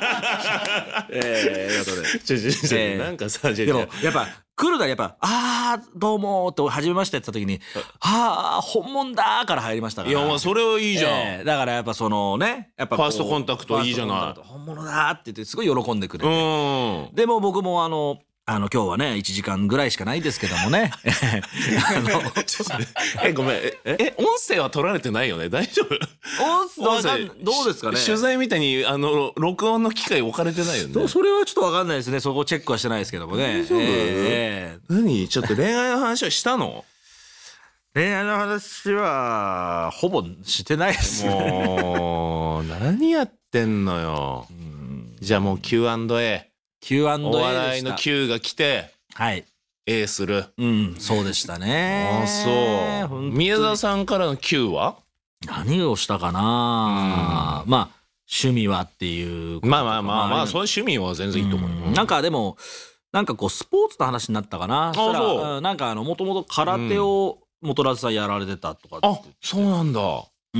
えー、とでちょちょちょ、えー、なんかさでもやっぱ来るならやっぱあーどうもって初めましてやった時にあー本物だーから入りましたから。 いやまあそれはいいじゃん、 えー、だからやっぱそのねやっぱファーストコンタクトいいじゃない。 本物だーって言ってすごい喜んでくれて、うんでも僕もあのあの今日はねいちじかんぐらいしかないですけどもねあのえごめんええ音声は取られてないよね大丈夫？ 音声どうですかね？ 取材みたいにあの録音の機械置かれてないよね。 それはちょっと分かんないですね。そこチェックはしてないですけどもね。 大丈夫？えー、何ちょっと恋愛の話はしたの？ 恋愛の話はほぼしてないですね。 もう何やってんのよ。じゃあもう キューアンドエーキューアンドエーお笑いの Q が来て、 はい、 A する。 うん、そうでしたね。 あ、そう。宮沢さんからの Q は？ 何をしたかな。まあ趣味はっていう。 まあまあまあまあ、そういう趣味は全然いいと思う。 なんかでもなんかこうスポーツの話になったかな。あ、そう。なんかあのもともと空手を元々さんやられてたとか。 あ、そうなんだ。 うん。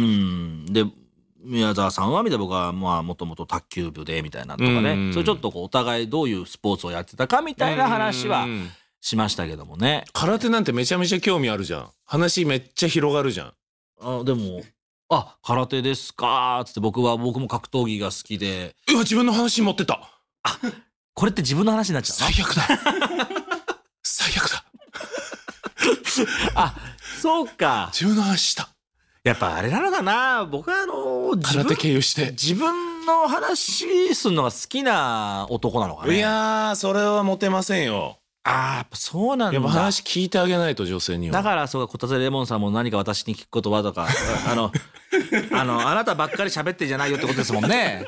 で。宮沢さんはみたいな僕はまあもともと卓球部でみたいなとかね、それちょっとこうお互いどういうスポーツをやってたかみたいな話はしましたけどもね。 空手なんてめちゃめちゃ興味あるじゃん。話めっちゃ広がるじゃん。 あ、でもあ、空手ですかーっつって僕は僕も格闘技が好きで。 うわ、自分の話持ってた。 あ、これって自分の話になっちゃうの？ 最悪だ最悪だあ、そうか、 自分の話した。 やっぱあれなのかな、僕はあの空手経由して自分の話するのが好きな男なのかね。 いやー、それはモテませんよ。 あー、やっぱそうなんだ。 やっぱ話聞いてあげないと女性には。 だからそうか、こたつレモンさんも何か私に聞く言葉とかあのあのあなたばっかり喋ってんじゃないよってことですもんね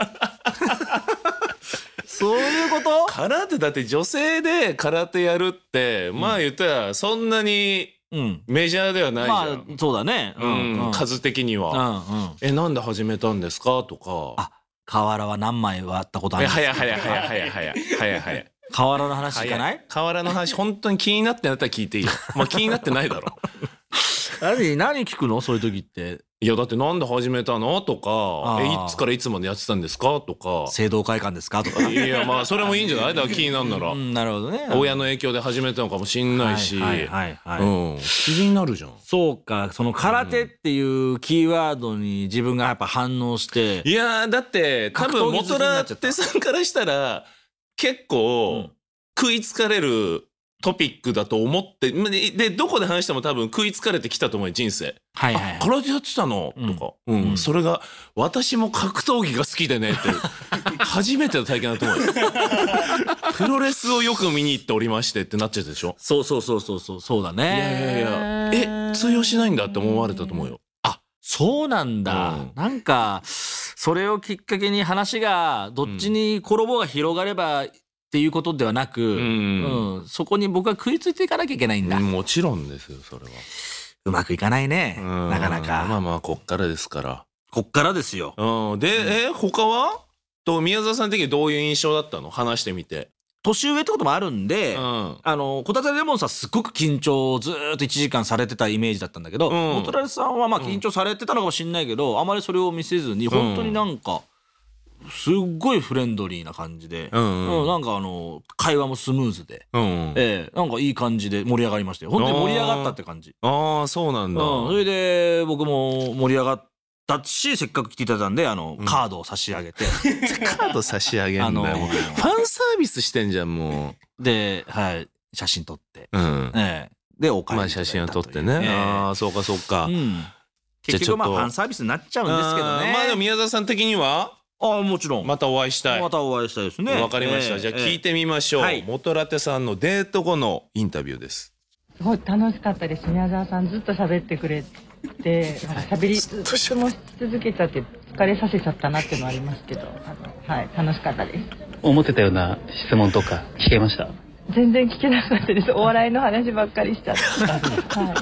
そういうこと？ 空手だって女性で空手やるって、うん、まあ言ったらそんなにメジャーではないじゃん。 まあそうだね、 うんうん、数的には、うんうん、え、なんで始めたんですかとか。 あ、瓦は何枚割ったことあるんですか？ 早い早い早い早い早い早い早い瓦の話いかない？ 瓦の話本当に気になってなったら聞いていいよ。まあ気になってないだろ何何聞くのそういう時って。 いやだってなんで始めたのとか、え、いつからいつまでやってたんですかとか、 聖堂会館ですかとか。 いやまあそれもいいんじゃない？だから気になるなら、 うん、なるほどね。 親の影響で始めたのかもしんないし、はいはいはい、うん、気になるじゃん。 そうか、その空手っていうキーワードに自分がやっぱ反応して、 いやだって多分元ラテさんからしたら結構食いつかれるトピックだと思って、でどこで話しても多分食いつかれてきたと思うよ人生。 はいはい、はい、 空手やってたの、うん、とか、うん、うん、それが私も格闘技が好きでねって初めての体験だと思うよプロレスをよく見に行っておりましてってなっちゃうでしょ。 そうそうそうそうそうそうだね。 いやいやいや、え、通用しないんだって思われたと思うよ。 あ、そうなんだ、うん、なんかそれをきっかけに話がどっちに転ぼうが広がればっていうことではなく、うんうん、そこに僕は食いついていかなきゃいけないんだ。 もちろんですよ。それはうまくいかないね、なかなか。 まあまあこっからですから。 こっからですよ。 うん、で、うん、え他はと宮沢さん的にどういう印象だったの？話してみて。 年上ってこともあるんで、うん、あのこたつレモンさんすっごく緊張をずーっといちじかんされてたイメージだったんだけど、もとられさんはまあ緊張されてたのかもしれないけど、うん、あまりそれを見せずに本当になんか、すっごいフレンドリーな感じで、うんうん、なんかあの会話もスムーズで、うんうん、えー、なんかいい感じで盛り上がりましたよ。本当に盛り上がったって感じ。 ああ、そうなんだ、 うん、それで僕も盛り上がったし、せっかく来ていただいたんであの、うん、カードを差し上げてカード差し上げんだよ、あのー、ファンサービスしてんじゃんもう。で、はい、写真撮って、 うん、 えー、でお金まあ写真を撮ってね、えー、ああそうかそうか、うん、 結局まあファンサービスになっちゃうんですけどね。 まあでも宮沢さん的にはああ、もちろんまたお会いしたい。 またお会いしたいですね。 わかりました、えー、じゃあ聞いてみましょう、えーはい、元ラテさんのデート後のインタビューです。 すごい楽しかったです。宮沢さんずっと喋ってくれて、喋りずっともし続けちゃって疲れさせちゃったなっていうのはありますけど、あの、はい、楽しかったです。 思ってたような質問とか聞けました？ 全然聞けなかったです。お笑いの話ばっかりしちゃってはい、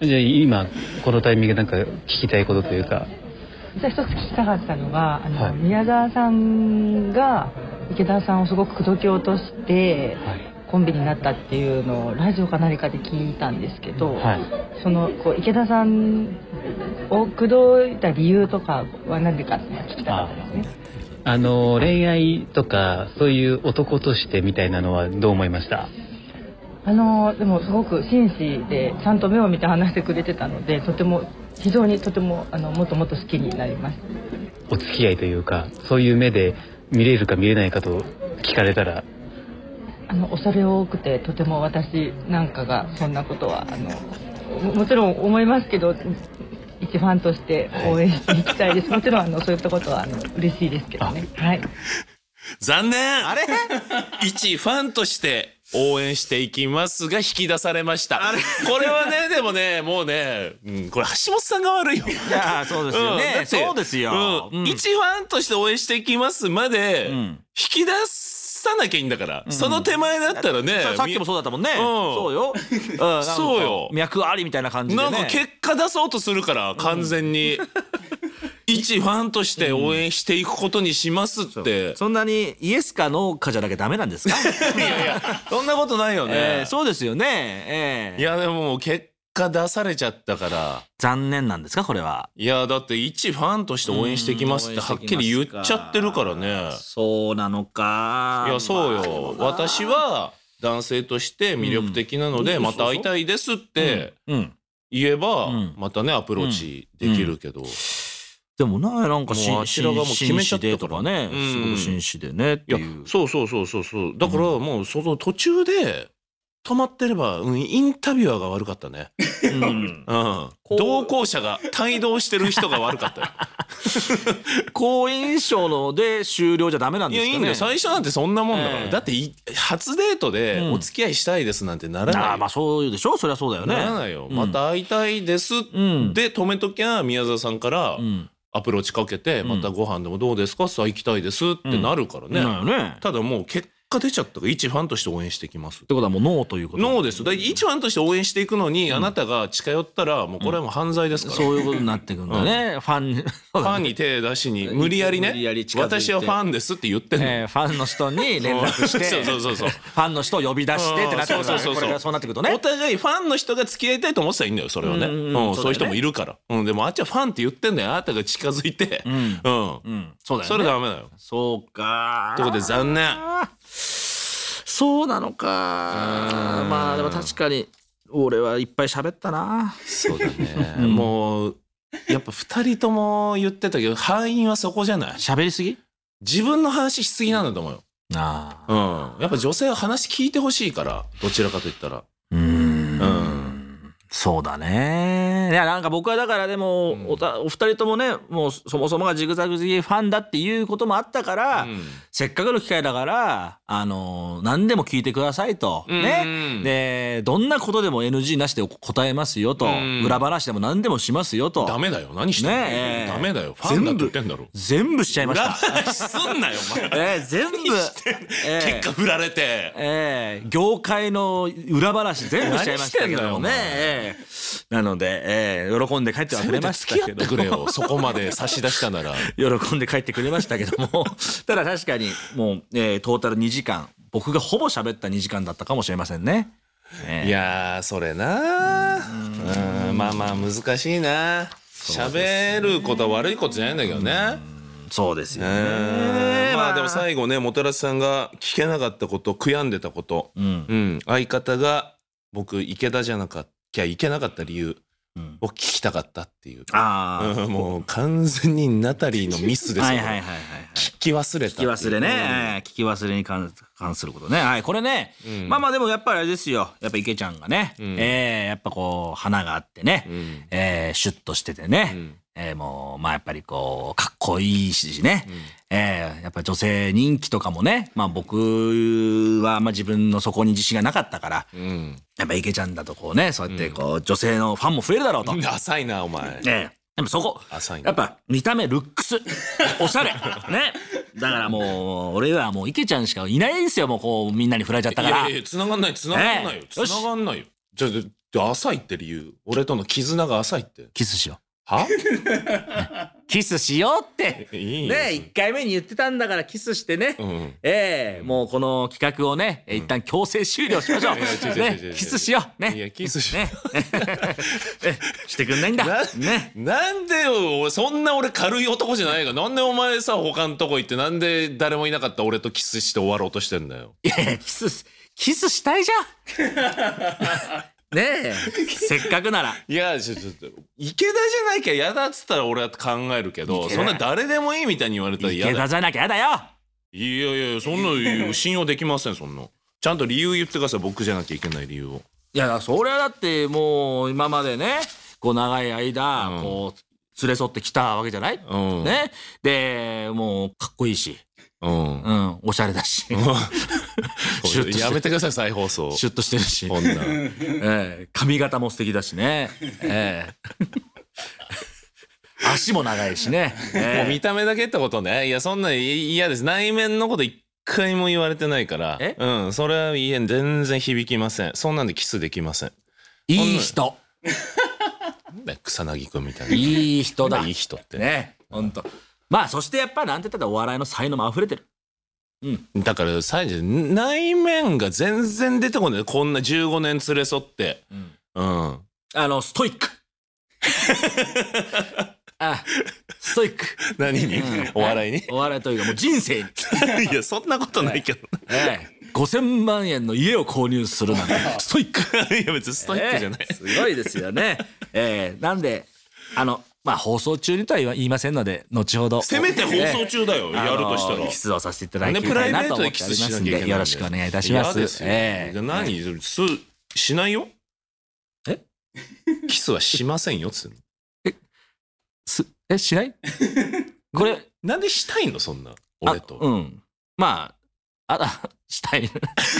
じゃあ今このタイミングでなんか聞きたいことというか。 じゃあ一つ聞きたかったのが、あの、はい、宮沢さんが池田さんをすごく口説き落として、はい、コンビになったっていうのをラジオか何かで聞いたんですけど、はい、そのこう池田さんを口説いた理由とかは何でかって聞きたかったですね。 あの恋愛とかそういう男としてみたいなのはどう思いました？ あのでもすごく紳士でちゃんと目を見て話してくれてたので、とても非常にとてもあのもっともっと好きになります。 お付き合いというかそういう目で見れるか見れないかと聞かれたら、 あの恐れ多くて、とても私なんかがそんなことはあの も, もちろん思いますけど、一ファンとして応援していきたいです。もちろんあのそういったことはあの嬉しいですけどね。はい。 残念。 あれ一ファンとして応援していきますが引き出されました。これはね、でもね、もうね、うん、これ橋本さんが悪いよ。 いやそうですよね、うん、そうですよ、 うんうん、一ファンとして応援していきますまで引き出さなきゃいいんだから、うん、その手前だったらね、 さっきもそうだったもんね、うん、そうよ、 うん、そうよ、 脈ありみたいな感じでね、 なんか結果出そうとするから完全に、うん一ファンとして応援していくことにしますって、 うん、そ, そんなにイエスかノーかじゃなきゃダメなんですか？ いやいやそんなことないよね、 えー、そうですよね、えー、 いやでも結果出されちゃったから残念なんですかこれは。 いやだって一ファンとして応援していきますってはっきり言っちゃってるからね。 そうなのか。 いやそうよ、私は男性として魅力的なのでまた会いたいですって言えばまたねアプローチできるけど、 でもな、なんかもうあちらがもう決めちゃったとかね、すごく紳士でねっていう。 いやそうそうそうそうそう、だからもうその途中で止まってれば、うん、インタビュアーが悪かったね、うんうん、同行者が帯同してる人が悪かったよ好印象ので終了じゃダメなんですかね。 いやいいんだよ、最初なんてそんなもんだから、えー、だって初デートでお付き合いしたいですなんてならない、 うん、あまあそうでしょ、そりゃそうだよね。 ならないよ、うん、また会いたいですで止めときゃ宮沢さんからアプローチかけて、またご飯でもどうですか、さあ行きたいですってなるからね、うんね、ただもう結果出ちゃったから一ファンとして応援していきますってことはもうノーということ。 ノーです。だ一ファンとして応援していくのに、うん、あなたが近寄ったらもうこれはもう犯罪ですから、 うん、そういうことになってくんだね、うん、ファンファンに手出しに無理やりね私はファンですって言ってんの、 えー、ファンの人に連絡してそうそうそうそうファンの人を呼び出してってなってくるから、ね、そうそうそうそう、これからそうなってくるとね、 お互いファンの人が付き合いたいと思ってたらいいんだよそれはね、うんうんうん、そういう人もいるから、うん、でもあっちはファンって言ってんだよ、あなたが近づいて、うんうんうん、そうだよね、それダメだよ。 そうかということで残念。 そうなのか。まあでも確かに俺はいっぱい喋ったな。 そうだね、うん、もうやっぱふたりとも言ってたけど敗因はそこじゃない。 喋りすぎ、 自分の話しすぎなんだと思うよ。あ、うん、やっぱ女性は話聞いてほしいから、どちらかといったらうーん、うん、 そうだね。いやなんか僕はだからでも、うん、お, たお二人ともねもうそもそもがジグザグジギーファンだっていうこともあったから、うん、せっかくの機会だからあのー、何でも聞いてくださいと、うん、ね、でどんなことでも エヌジー なしで答えますよと、うん、裏話でも何でもしますよと。 ダメだよ、何してんの、ね、ダメだよ、ファンだって言ってんだろ。 全部しちゃいました。 裏話すんなよお前、 えー、全部、 えー、結果振られて、 えー、業界の裏話全部しちゃいましたけどもね、えー、なので、えー、喜んで帰ってはくれましたけど、 付き合ってくれよそこまで差し出したなら喜んで帰ってくれましたけどもただ確かにもう、えー、トータルにじかん、僕がほぼ喋ったにじかんだったかもしれませんね、えー、 いやーそれなー、うん、まあまあ難しいな。喋ることは悪いことじゃないんだけどね。 そうですよね、 えー、まあでも最後ねもたらしさんが聞けなかったこと、悔やんでたこと、うんうん、相方が僕池田じゃなかったいけなかった理由を聞きたかったっていう、あ、うん、もう完全にナタリーのミスですよ。聞き忘れた、 聞き忘れね、うん、聞き忘れに関することね、はい、これね、うん、まあまあでもやっぱりあれですよ、やっぱ池ちゃんがね、うん、えー、やっぱこう花があってね、うん、えー、シュッとしててね、うん、えー、もうまあやっぱりこうかっこいいしね、うん、えー、やっぱ女性人気とかもね、まあ僕はまあ自分のそこに自信がなかったから、うん、やっぱ池ちゃんだとこうね、そうやってこう女性のファンも増えるだろうと。 浅いなお前。 ね、でもそこやっぱ見た目ルックスおしゃれね、だからもう俺はもう池ちゃんしかいないんですよ、もうこうみんなに振られちゃったから。 いやいや繋がんない繋がんないよ、繋がんないよ。じゃあ浅いって理由、俺との絆が浅いって。 キスしよう。 はキスしようっていいね、いっかいめに言ってたんだからキスしてね、うん、えー、もうこの企画をね、うん、一旦強制終了しましょう、ね、キスしようね。 いやキスしねしてくんないんだな、 ね、 なんでよ、そんな俺軽い男じゃないが、なんでお前さ他のとこ行ってなんで誰もいなかった俺とキスして終わろうとしてんだよ。 いやいやキスキスしたいじゃんねえせっかくなら。 いやちょっと池田じゃなきゃ嫌だっつったら俺は考えるけど、そんな誰でもいいみたいに言われたら嫌だ。 池田じゃなきゃ嫌だよ。 いやいやそんな信用できませんそんな。 ちゃんと理由言ってください。僕じゃなきゃいけない理由を。 いやそれはだってもう今までねこう長い間こう連れ添ってきたわけじゃない、うん、ねでもうかっこいいし、うんうん、おしゃれだしやめてください再放送。 シュッとしてるし、こんな、えー、髪型も素敵だしね、えー、足も長いしね、 えー、もう見た目だけってことね。いやそんな嫌です。内面のこと一回も言われてないから、うんそれは家に全然響きません。そんなんでキスできません。 いい人草薙くんみたいな。 いい人だ。 いい人ってね。本当。まあそしてやっぱりなんて言ったらお笑いの才能も溢れてる。 うん。だから最初内面が全然出てこない。こんなじゅうごねん連れ添って、うん。うん、 あのストイック。あ、ストイック。 何に？うん、お笑いに？ お笑いというかもう人生に。 いやそんなことないけど。 ええ。ごせんまんえんの家を購入するなんてストイック。 いや別にストイックじゃない、 えー、すごいですよね、えー、なんであのまあ放送中にとは言いませんので後ほどせめて放送中だよ、えー、やるとしたらキスをさせていただきたいなと思っておりますんでよろしくお願いいたします。 嫌ですよ、えー、何すしないよ。 えキスはしませんよつってえすえしないこれなんでしたいのそんな俺と。 うんまああしたい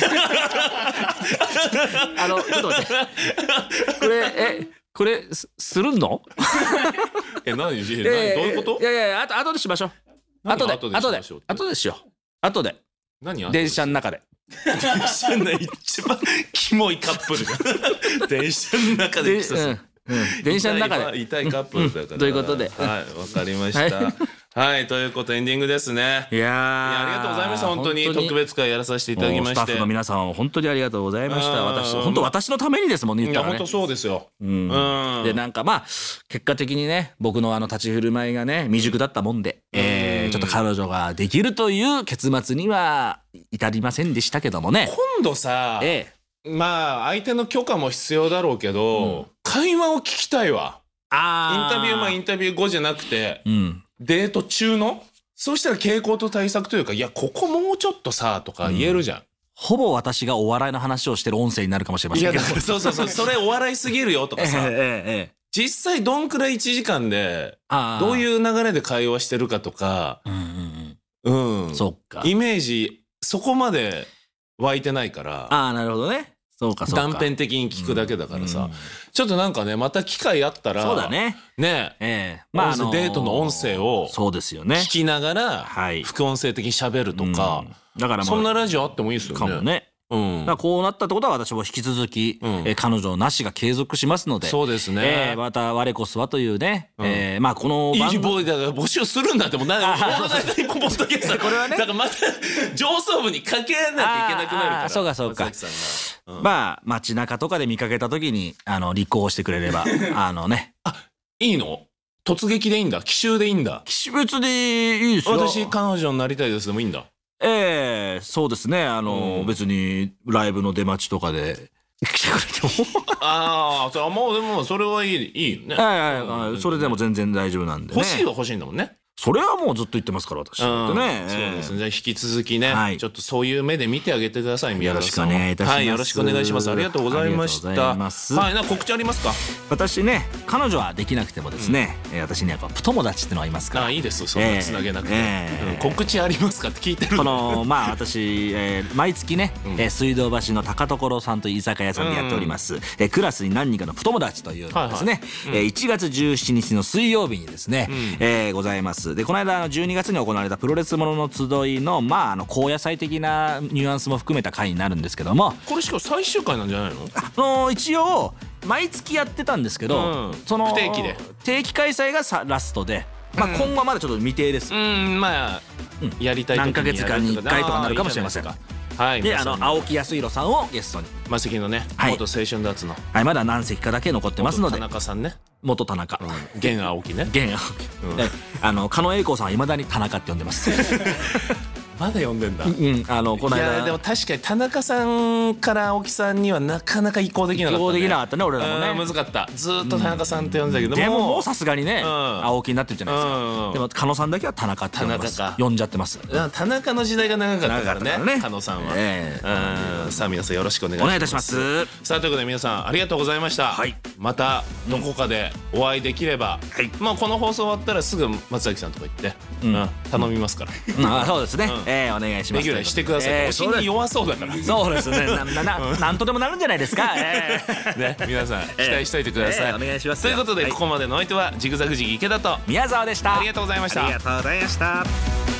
あのちょっと待ってこれえこれ す, するのえ何どういうこと？ いやいやいやあと後でしましょう。後で後で後で後でしよう。後で何電車の中で電車の一番キモいカップルじゃん電車の中でキスする、うんうん、電車の中で痛いカップルだから、うん、 ということではいわかりました、はいはい、ということでエンディングですね。 いやー、いやありがとうございました。本当に特別会やらさせていただきまして、 スタッフの皆さん本当にありがとうございました。私本当私のためにですもんね。言ったらね。 いや本当そうですよ。 うん。うんでなんかまあ結果的にね僕のあの立ち振る舞いがね未熟だったもんで、えー、ちょっと彼女ができるという結末には至りませんでしたけどもね。 今度さ、ええ、まあ相手の許可も必要だろうけど、うん、会話を聞きたいわ。あインタビュー前インタビュー後じゃなくて、うん、デート中の。そうしたら傾向と対策というか、いやここもうちょっとさとか言えるじゃん、うん、 ほぼ私がお笑いの話をしてる音声になるかもしれませんけど。いやだからそうそうそうそれお笑いすぎるよとかさ、ええええ、実際どんくらいいちじかんでどういう流れで会話してるかとか、うんうん、うん、そっかイメージそこまで湧いてないから。 ああなるほどね。そうかそうか断片的に聞くだけだからさ、うんうん、ちょっとなんかねまた機会あったらそうだねねえ、えー、まあ、あのー、デートの音声をそうですよね聞きながら副音声的に喋るとか、うん、だからそんなラジオあってもいいですよね。 かもね。うん、だからこうなったってことは私も引き続き、うんえー、彼女なしが継続しますので。 そうですね、 えー、また我こそはというね、うんえー、まあこの番組だから募集するんだってもうなこれはねだからまた上層部にかけなきゃいけなくなるから。 そうかそうか、うん、まあ街中とかで見かけた時にあの立候補してくれればあのねあいいの突撃でいいんだ奇襲でいいんだ。 奇襲別でいいですよ。 私彼女になりたいですでもいいんだ。 ええー、そうですねあの、うん、別にライブの出待ちとかで来てくれてもああそれもうでもそれはいいいいよね。 はいはいはい、うん、それでも全然大丈夫なんで、ね、 欲しいは欲しいんだもんね。 それはもうずっと言ってますから私だってね、 うん、そうですね。じゃあ引き続きね、はい、ちょっとそういう目で見てあげてください。宮田さんよろしくお願いいたします。 はい、よろしくお願いします。ありがとうございました。はいな告知ありますか。 私ね彼女はできなくてもですね、うん、私にはプ友達ってのはいますから。 あいいですそんなつなげなくて、えーえーうん、告知ありますかって聞いてる。 このまあ私、えー、毎月ね、うんえー、水道橋の高所さんという居酒屋さんでやっております、うんえー、クラスに何人かのプ友達というのがですね、はいはいうん、いちがつじゅうしちにちの水曜日にですね、うんえー、ございます。でこの間じゅうにがつに行われたプロレスものの集いのまああの高野菜的なニュアンスも含めた回になるんですけども、 これしかも最終回なんじゃないの？ あの一応毎月やってたんですけど、うん、その不定期で定期開催がさラストで、まあ、今後はまだちょっと未定です。 うん、うん、まあ、うん、やりたい時に何ヶ月間にいっかいとかなるかもしれませんが。はい、であの青木康弘さんをゲストにマセキのね、はい、元青春ダーツの、 はい、まだ何席かだけ残ってますので。 元田中さんね。 元田中、 うん、現青木ね。 現青木、うん、あの狩野英孝さんはいまだに田中って呼んでますまだ呼んでんだ。 うんあのこのい間やでも確かに田中さんから青木さんにはなかなか移行できなかったね。 移行できなかったね俺らもね。 難かった。ずっと田中さんって呼んでたけども、 でももうさすがにね、 うん青木になってるじゃないですか、 うん、 でも狩野さんだけは田中って呼んでます田中か呼んじゃってます。 田中の時代が長かったからね、 長かったからね狩野さんは、 えうんさあ皆さんよろしくお願いします。 お願いいたします。 さあということで皆さんありがとうございました、 はい、 またどこかでお会いできれば、 はい、 まあこの放送終わったらすぐ松崎さんとか行って、うんうん、頼みますから、 うん、あそうですね、 うんえー、お願いします。 レギュラーしてください、 えー、 お尻に弱そうだからそうですねななななんとでもなるんじゃないですか、えーね、皆さん期待しといてください、 えーえーお願いしますということで、 はい、 ここまでのお相手はジグザグジギー池田と宮沢でした。 ありがとうございました。 ありがとうございました。